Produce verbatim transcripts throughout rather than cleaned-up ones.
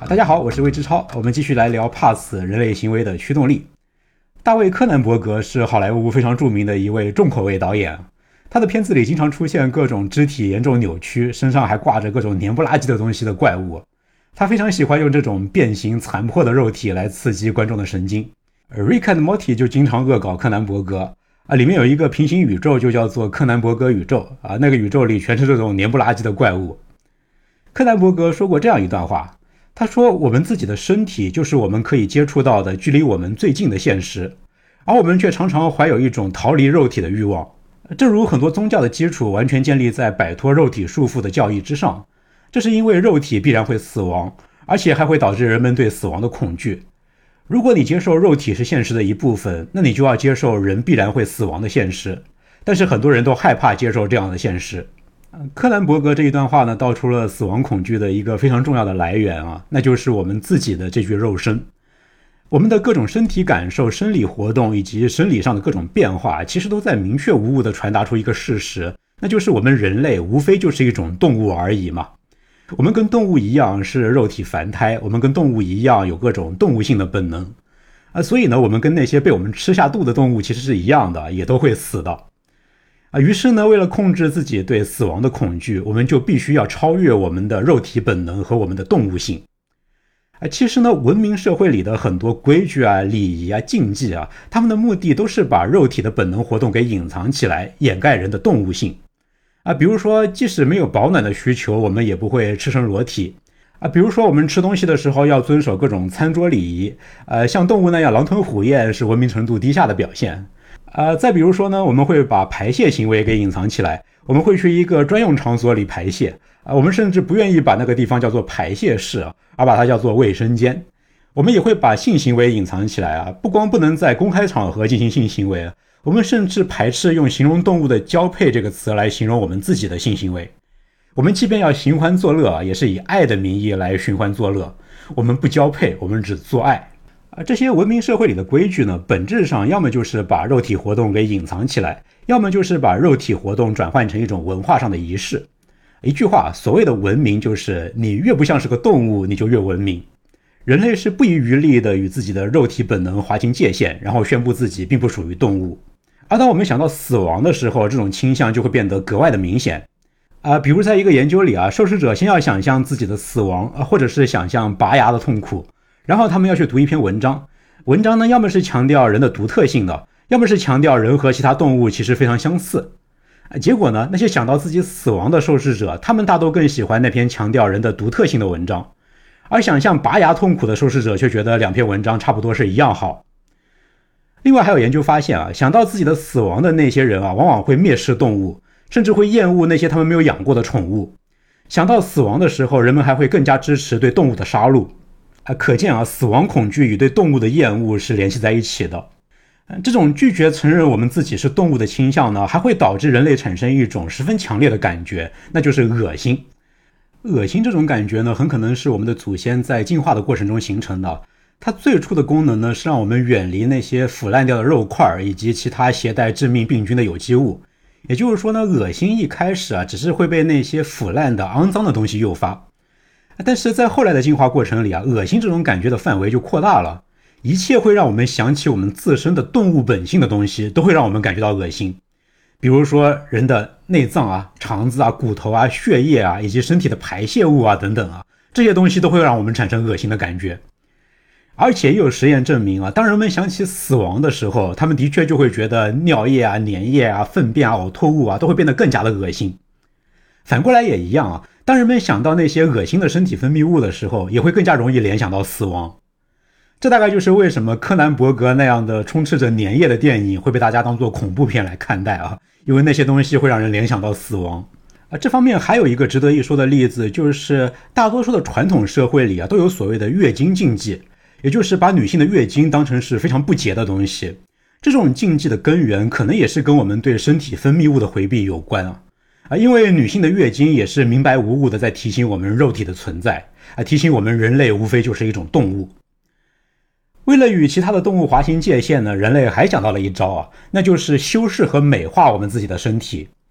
大家好，我是魏之超，我们继续来聊怕死人类行为的驱动力。大卫·柯南伯格是好莱坞非常著名的一位重口味导演，他的片子里经常出现各种肢体严重扭曲，身上还挂着各种黏不拉几的东西的怪物。他非常喜欢用这种变形残破的肉体来刺激观众的神经。而 Rick and Morty 就经常恶搞柯南伯格啊，里面有一个平行宇宙就叫做柯南伯格宇宙啊，那个宇宙里全是这种黏不拉几的怪物。柯南伯格说过这样一段话，他说我们自己的身体就是我们可以接触到的距离我们最近的现实，而我们却常常怀有一种逃离肉体的欲望。正如很多宗教的基础完全建立在摆脱肉体束缚的教义之上，这是因为肉体必然会死亡，而且还会导致人们对死亡的恐惧。如果你接受肉体是现实的一部分，那你就要接受人必然会死亡的现实。但是很多人都害怕接受这样的现实。柯南伯格这一段话呢，道出了死亡恐惧的一个非常重要的来源啊，那就是我们自己的这具肉身。我们的各种身体感受、生理活动以及生理上的各种变化，其实都在明确无误地传达出一个事实，那就是我们人类无非就是一种动物而已嘛。我们跟动物一样是肉体凡胎，我们跟动物一样有各种动物性的本能啊，所以呢，我们跟那些被我们吃下肚的动物其实是一样的，也都会死的啊。于是呢，为了控制自己对死亡的恐惧，我们就必须要超越我们的肉体本能和我们的动物性啊。其实呢，文明社会里的很多规矩啊、礼仪啊、禁忌啊，他们的目的都是把肉体的本能活动给隐藏起来，掩盖人的动物性啊。比如说，即使没有保暖的需求，我们也不会赤身裸体啊。比如说，我们吃东西的时候要遵守各种餐桌礼仪，呃，像动物那样狼吞虎咽是文明程度低下的表现。呃，再比如说呢，我们会把排泄行为给隐藏起来，我们会去一个专用场所里排泄啊，我们甚至不愿意把那个地方叫做排泄室，而把它叫做卫生间。我们也会把性行为隐藏起来啊，不光不能在公开场合进行性行为，我们甚至排斥用形容动物的交配这个词来形容我们自己的性行为。我们即便要寻欢作乐，也是以爱的名义来寻欢作乐，我们不交配，我们只做爱啊。这些文明社会里的规矩呢，本质上要么就是把肉体活动给隐藏起来，要么就是把肉体活动转换成一种文化上的仪式。一句话，所谓的文明就是你越不像是个动物，你就越文明。人类是不遗余力的与自己的肉体本能划清界限，然后宣布自己并不属于动物。而当我们想到死亡的时候，这种倾向就会变得格外的明显啊、呃。比如在一个研究里啊，受试者先要想象自己的死亡啊，或者是想象拔牙的痛苦，然后他们要去读一篇文章。文章呢，要么是强调人的独特性的，要么是强调人和其他动物其实非常相似。结果呢，那些想到自己死亡的受试者，他们大都更喜欢那篇强调人的独特性的文章，而想象拔牙痛苦的受试者却觉得两篇文章差不多是一样好。另外还有研究发现啊，想到自己的死亡的那些人啊，往往会蔑视动物，甚至会厌恶那些他们没有养过的宠物。想到死亡的时候，人们还会更加支持对动物的杀戮啊，可见啊，死亡恐惧与对动物的厌恶是联系在一起的。这种拒绝承认我们自己是动物的倾向呢，还会导致人类产生一种十分强烈的感觉，那就是恶心。恶心这种感觉呢，很可能是我们的祖先在进化的过程中形成的。它最初的功能呢，是让我们远离那些腐烂掉的肉块以及其他携带致命病菌的有机物。也就是说呢，恶心一开始啊，只是会被那些腐烂的肮脏的东西诱发。但是在后来的进化过程里啊，恶心这种感觉的范围就扩大了。一切会让我们想起我们自身的动物本性的东西，都会让我们感觉到恶心。比如说人的内脏啊、肠子啊、骨头啊、血液啊，以及身体的排泄物啊等等啊，这些东西都会让我们产生恶心的感觉。而且也有实验证明啊，当人们想起死亡的时候，他们的确就会觉得尿液啊、粘液啊、粪便啊、呕吐物啊都会变得更加的恶心。反过来也一样啊，当人们想到那些恶心的身体分泌物的时候，也会更加容易联想到死亡。这大概就是为什么柯南伯格那样的充斥着粘液的电影会被大家当作恐怖片来看待啊，因为那些东西会让人联想到死亡啊。这方面还有一个值得一说的例子，就是大多数的传统社会里啊，都有所谓的月经禁忌，也就是把女性的月经当成是非常不洁的东西。这种禁忌的根源可能也是跟我们对身体分泌物的回避有关啊。啊，因为女性的月经也是明白无误的在提醒我们肉体的存在啊，提醒我们人类无非就是一种动物。为了与其他的动物划清界限呢，人类还想到了一招啊，那就是修饰和美化我们自己的身体。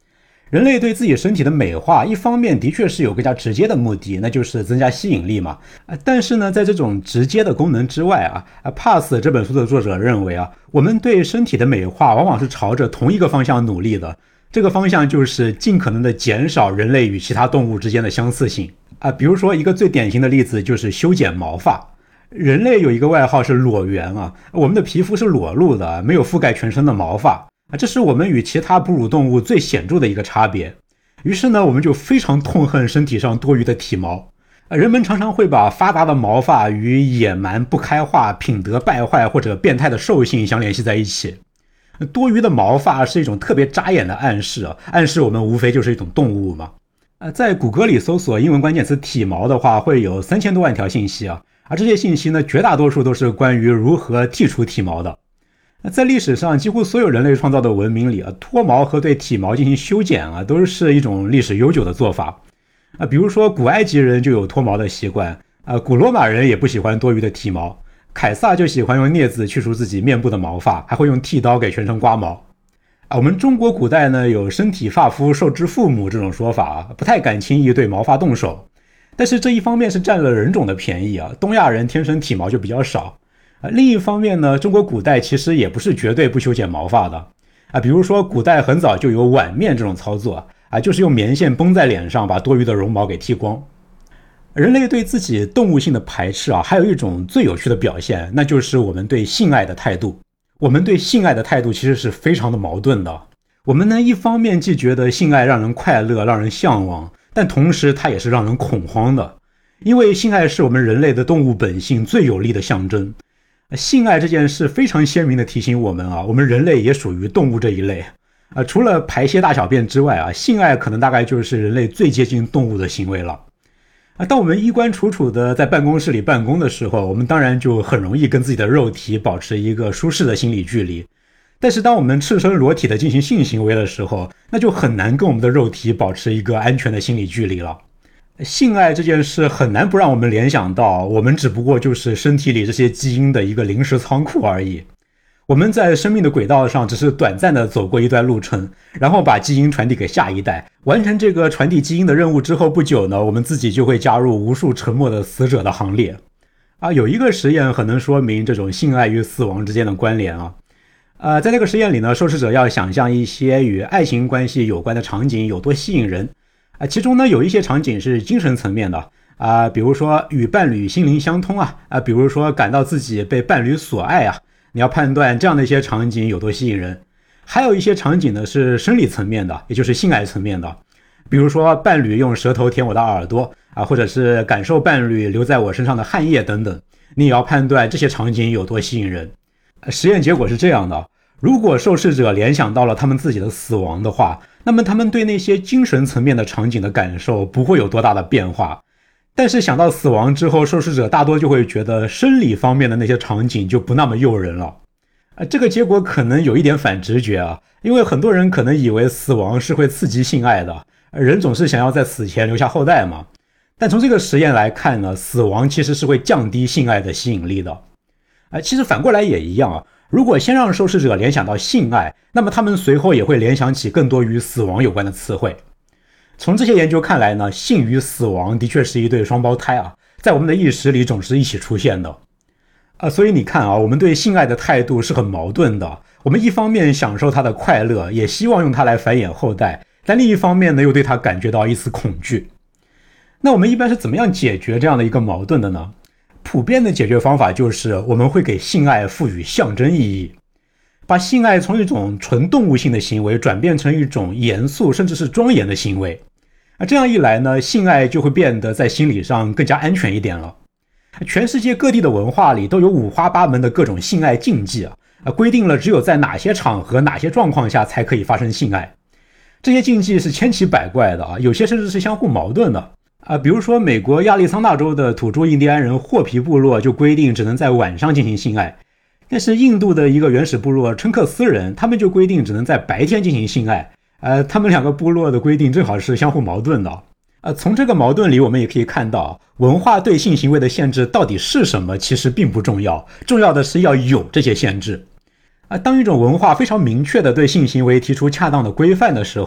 人类对自己身体的美化，一方面的确是有更加直接的目的，那就是增加吸引力嘛。但是呢，在这种直接的功能之外啊，Path 这本书的作者认为啊，我们对身体的美化往往是朝着同一个方向努力的。这个方向就是尽可能的减少人类与其他动物之间的相似性啊。比如说一个最典型的例子就是修剪毛发。人类有一个外号是裸猿啊，我们的皮肤是裸露的，没有覆盖全身的毛发啊，这是我们与其他哺乳动物最显著的一个差别。于是呢，我们就非常痛恨身体上多余的体毛。人们常常会把发达的毛发与野蛮、不开化、品德败坏或者变态的兽性相联系在一起。多余的毛发是一种特别扎眼的暗示啊，暗示我们无非就是一种动物嘛。呃，在谷歌里搜索英文关键词体毛的话，会有三千多万条信息啊，而这些信息呢，绝大多数都是关于如何剔除体毛的。在历史上，几乎所有人类创造的文明里啊，脱毛和对体毛进行修剪啊，都是一种历史悠久的做法啊。比如说，古埃及人就有脱毛的习惯啊，古罗马人也不喜欢多余的体毛。凯撒就喜欢用镊子去除自己面部的毛发，还会用剃刀给全身刮毛啊。我们中国古代呢有身体发肤受之父母这种说法，不太敢轻易对毛发动手。但是这一方面是占了人种的便宜啊，东亚人天生体毛就比较少啊。另一方面呢，中国古代其实也不是绝对不修剪毛发的啊。比如说古代很早就有挽面这种操作啊，就是用棉线绷在脸上，把多余的绒毛给剃光。人类对自己动物性的排斥啊，还有一种最有趣的表现，那就是我们对性爱的态度。我们对性爱的态度其实是非常的矛盾的。我们呢，一方面既觉得性爱让人快乐，让人向往，但同时它也是让人恐慌的。因为性爱是我们人类的动物本性最有力的象征。性爱这件事非常鲜明地提醒我们啊，我们人类也属于动物这一类啊。除了排泄大小便之外啊，性爱可能大概就是人类最接近动物的行为了。啊，当我们衣冠楚楚的在办公室里办公的时候，我们当然就很容易跟自己的肉体保持一个舒适的心理距离。但是当我们赤身裸体的进行性行为的时候，那就很难跟我们的肉体保持一个安全的心理距离了。性爱这件事很难不让我们联想到，我们只不过就是身体里这些基因的一个临时仓库而已。我们在生命的轨道上只是短暂的走过一段路程，然后把基因传递给下一代。完成这个传递基因的任务之后不久呢，我们自己就会加入无数沉默的死者的行列。啊，有一个实验很能说明这种性爱与死亡之间的关联啊。呃，在那个实验里呢，受试者要想象一些与爱情关系有关的场景有多吸引人啊，其中呢有一些场景是精神层面的啊，比如说与伴侣心灵相通啊，啊，比如说感到自己被伴侣所爱啊。你要判断这样的一些场景有多吸引人。还有一些场景呢是生理层面的，也就是性爱层面的，比如说伴侣用舌头舔我的耳朵啊，或者是感受伴侣留在我身上的汗液等等，你也要判断这些场景有多吸引人。实验结果是这样的，如果受试者联想到了他们自己的死亡的话，那么他们对那些精神层面的场景的感受不会有多大的变化。但是想到死亡之后，受试者大多就会觉得生理方面的那些场景就不那么诱人了。呃，这个结果可能有一点反直觉啊，因为很多人可能以为死亡是会刺激性爱的，人总是想要在死前留下后代嘛。但从这个实验来看呢，死亡其实是会降低性爱的吸引力的。呃，其实反过来也一样啊，如果先让受试者联想到性爱，那么他们随后也会联想起更多与死亡有关的词汇。从这些研究看来呢，性与死亡的确是一对双胞胎啊，在我们的意识里总是一起出现的。啊，所以你看啊，我们对性爱的态度是很矛盾的。我们一方面享受它的快乐，也希望用它来繁衍后代，但另一方面呢，又对它感觉到一丝恐惧。那我们一般是怎么样解决这样的一个矛盾的呢？普遍的解决方法就是我们会给性爱赋予象征意义，把性爱从一种纯动物性的行为转变成一种严肃甚至是庄严的行为。啊，这样一来呢，性爱就会变得在心理上更加安全一点了。全世界各地的文化里都有五花八门的各种性爱禁忌啊，规定了只有在哪些场合、哪些状况下才可以发生性爱。这些禁忌是千奇百怪的啊，有些甚至是相互矛盾的啊。比如说，美国亚利桑那州的土著印第安人霍皮部落就规定只能在晚上进行性爱，但是印度的一个原始部落称克斯人，他们就规定只能在白天进行性爱。呃，他们两个部落的规定正好是相互矛盾的。呃，从这个矛盾里我们也可以看到，文化对性行为的限制到底是什么其实并不重要，重要的是要有这些限制。啊，当一种文化非常明确地对性行为提出恰当的规范的时候，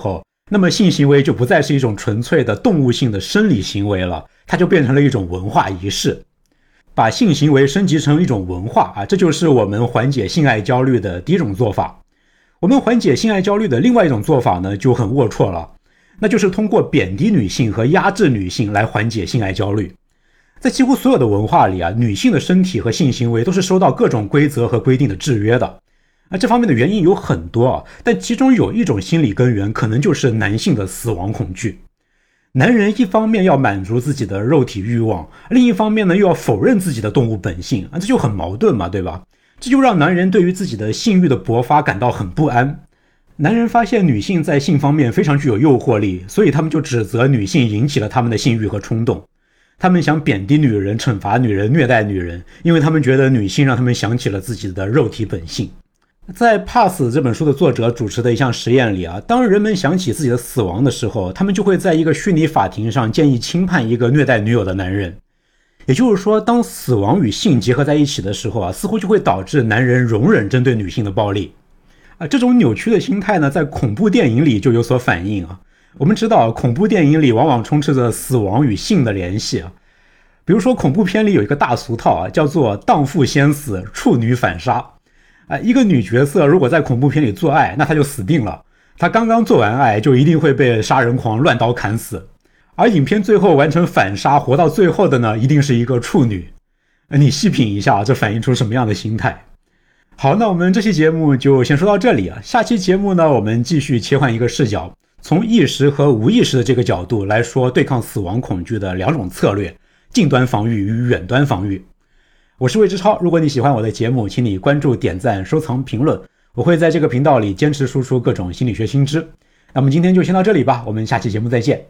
那么性行为就不再是一种纯粹的动物性的生理行为了，它就变成了一种文化仪式。把性行为升级成一种文化啊，这就是我们缓解性爱焦虑的第一种做法。我们缓解性爱焦虑的另外一种做法呢，就很龌龊了，那就是通过贬低女性和压制女性来缓解性爱焦虑。在几乎所有的文化里啊，女性的身体和性行为都是受到各种规则和规定的制约的。那这方面的原因有很多啊，但其中有一种心理根源，可能就是男性的死亡恐惧。男人一方面要满足自己的肉体欲望，另一方面呢又要否认自己的动物本性啊，这就很矛盾嘛，对吧？这就让男人对于自己的性欲的勃发感到很不安。男人发现女性在性方面非常具有诱惑力，所以他们就指责女性引起了他们的性欲和冲动。他们想贬低女人，惩罚女人，虐待女人，因为他们觉得女性让他们想起了自己的肉体本性。在《怕死》这本书的作者主持的一项实验里啊，当人们想起自己的死亡的时候，他们就会在一个虚拟法庭上建议轻判一个虐待女友的男人。也就是说，当死亡与性结合在一起的时候啊，似乎就会导致男人容忍针对女性的暴力。啊，这种扭曲的心态呢，在恐怖电影里就有所反映啊。我们知道，恐怖电影里往往充斥着死亡与性的联系啊。比如说，恐怖片里有一个大俗套啊，叫做荡妇先死，处女反杀。啊，一个女角色如果在恐怖片里做爱，那她就死定了。她刚刚做完爱，就一定会被杀人狂乱刀砍死。而影片最后完成反杀，活到最后的呢，一定是一个处女。你细品一下，这反映出什么样的心态？好，那我们这期节目就先说到这里啊。下期节目呢，我们继续切换一个视角，从意识和无意识的这个角度来说对抗死亡恐惧的两种策略：近端防御与远端防御。我是魏之超，如果你喜欢我的节目，请你关注、点赞、收藏、评论，我会在这个频道里坚持输出各种心理学新知。那么今天就先到这里吧，我们下期节目再见。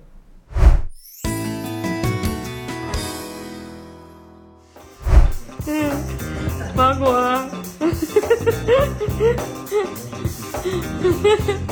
嗯，芒果。